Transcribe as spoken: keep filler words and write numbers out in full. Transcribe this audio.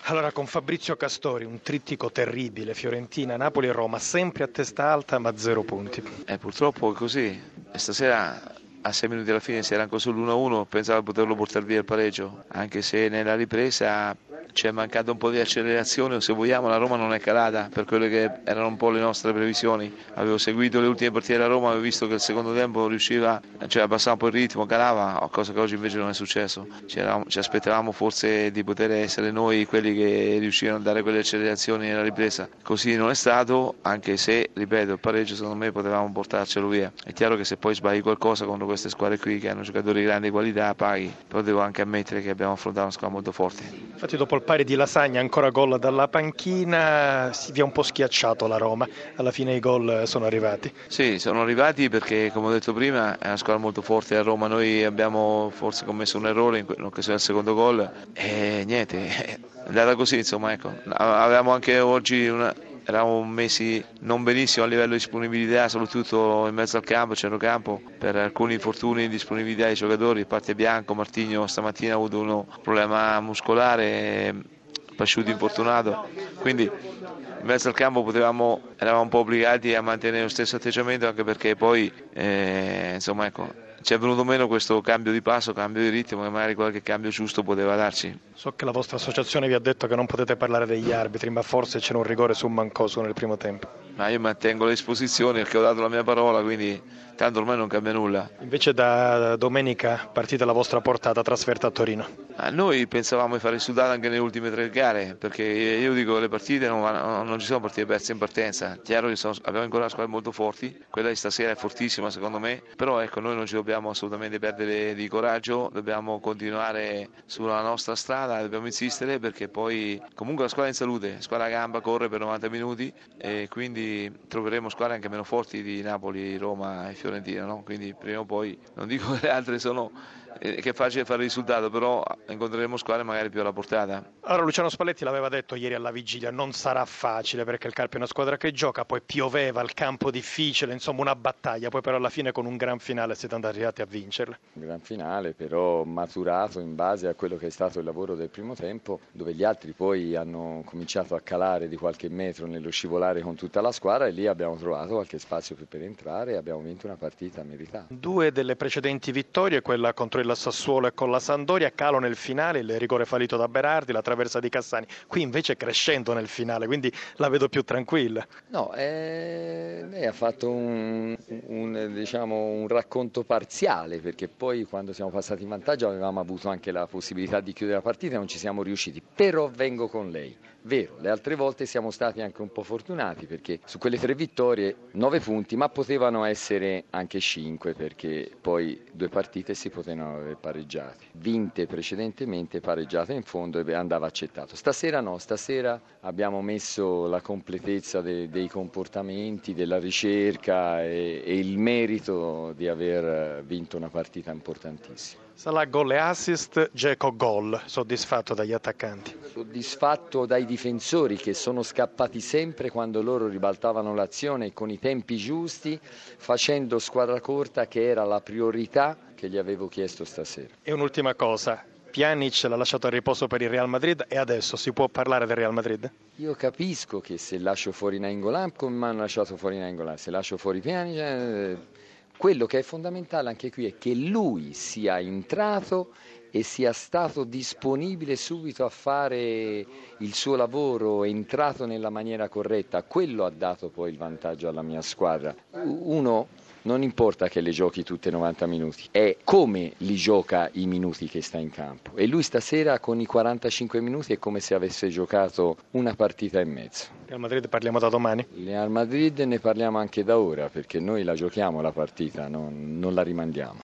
Allora, con Fabrizio Castori, un trittico terribile, Fiorentina, Napoli e Roma, sempre a testa alta ma zero punti. Eh, purtroppo è così. E stasera a sei minuti alla fine si era ancora sull'uno a uno, pensavo di poterlo portare via il pareggio, anche se nella ripresa ci è mancato un po' di accelerazione, o se vogliamo la Roma non è calata per quelle che erano un po' le nostre previsioni. Avevo seguito le ultime partite della Roma, avevo visto che il secondo tempo riusciva, cioè abbassava un po' il ritmo, calava, cosa che oggi invece non è successo. Ci, eravamo, ci aspettavamo forse di poter essere noi quelli che riuscivano a dare quelle accelerazioni nella ripresa. Così non è stato, anche se, ripeto, il pareggio secondo me potevamo portarcelo via. È chiaro che se poi sbagli qualcosa contro queste squadre qui che hanno giocatori di grande qualità paghi, però devo anche ammettere che abbiamo affrontato una squadra molto forte. Infatti dopo il pari di Lasagna, ancora gol dalla panchina, si vi è un po' schiacciato la Roma, alla fine i gol sono arrivati. Sì, sono arrivati perché, come ho detto prima, è una squadra molto forte a Roma. Noi abbiamo forse commesso un errore in occasione del secondo gol e niente, è andata così, insomma, ecco. Avevamo anche oggi una, eravamo messi non benissimo a livello di disponibilità, soprattutto in mezzo al campo, centrocampo, per alcuni infortuni di disponibilità dei giocatori, a parte Bianco, Martigno stamattina ha avuto un problema muscolare, Pasciuti infortunato, quindi in mezzo al campo potevamo, eravamo un po' obbligati a mantenere lo stesso atteggiamento, anche perché poi eh, insomma ecco, ci è venuto meno questo cambio di passo, cambio di ritmo, che magari qualche cambio giusto poteva darci. So che la vostra associazione vi ha detto che non potete parlare degli arbitri, ma forse c'era un rigore su Mancosu nel primo tempo. Ma io mantengo le disposizioni perché ho dato la mia parola, quindi tanto ormai non cambia nulla. Invece da domenica partite alla vostra portata, trasferta a Torino. Ah, noi pensavamo di fare risultato anche nelle ultime tre gare, perché io dico che le partite non, vanno, non ci sono partite perse in partenza. Chiaro che sono, abbiamo ancora una squadra molto forti, quella di stasera è fortissima secondo me, però ecco, noi non ci dobbiamo assolutamente perdere di coraggio, dobbiamo continuare sulla nostra strada, dobbiamo insistere, perché poi comunque la squadra è in salute, squadra a gamba, corre per novanta minuti e quindi troveremo squadre anche meno forti di Napoli, Roma e Fiorentina, no? Quindi prima o poi, non dico che le altre sono eh, che è facile fare il risultato, però incontreremo squadre magari più alla portata. Allora Luciano Spalletti l'aveva detto ieri alla vigilia, non sarà facile perché il Carpi è una squadra che gioca, poi pioveva, il campo difficile, insomma una battaglia, poi però alla fine con un gran finale siete arrivati a vincerla. Un gran finale però maturato in base a quello che è stato il lavoro del primo tempo, dove gli altri poi hanno cominciato a calare di qualche metro nello scivolare con tutta la squadra e lì abbiamo trovato qualche spazio più per entrare e abbiamo vinto una partita meritata. Due delle precedenti vittorie, quella contro il Sassuolo e con la Sampdoria, calo nel finale, il rigore fallito da Berardi, la traversa di Cassani, qui invece crescendo nel finale, quindi la vedo più tranquilla. No, eh, lei ha fatto un, un, diciamo, un racconto parziale, perché poi quando siamo passati in vantaggio avevamo avuto anche la possibilità di chiudere la partita e non ci siamo riusciti, però vengo con lei. Vero, le altre volte siamo stati anche un po' fortunati perché su quelle tre vittorie nove punti, ma potevano essere anche cinque perché poi due partite si potevano aver pareggiate. Vinte precedentemente, pareggiate in fondo e andava accettato. Stasera no, stasera abbiamo messo la completezza de, dei comportamenti, della ricerca e, e il merito di aver vinto una partita importantissima. Salah gol e assist, Dzeko gol, soddisfatto dagli attaccanti. Soddisfatto dai difensori che sono scappati sempre quando loro ribaltavano l'azione con i tempi giusti, facendo squadra corta che era la priorità che gli avevo chiesto stasera. E un'ultima cosa, Pjanic l'ha lasciato a riposo per il Real Madrid e adesso si può parlare del Real Madrid? Io capisco che se lascio fuori Nainggolan come mi hanno lasciato fuori Nainggolan, se lascio fuori Pjanic... Eh, quello che è fondamentale anche qui è che lui sia entrato e sia stato disponibile subito a fare il suo lavoro, è entrato nella maniera corretta. Quello ha dato poi il vantaggio alla mia squadra. Uno, non importa che le giochi tutte novanta minuti, è come li gioca i minuti che sta in campo. E lui stasera con i quarantacinque minuti è come se avesse giocato una partita e mezzo. Real Madrid parliamo da domani? Real Madrid ne parliamo anche da ora perché noi la giochiamo la partita, non, non la rimandiamo.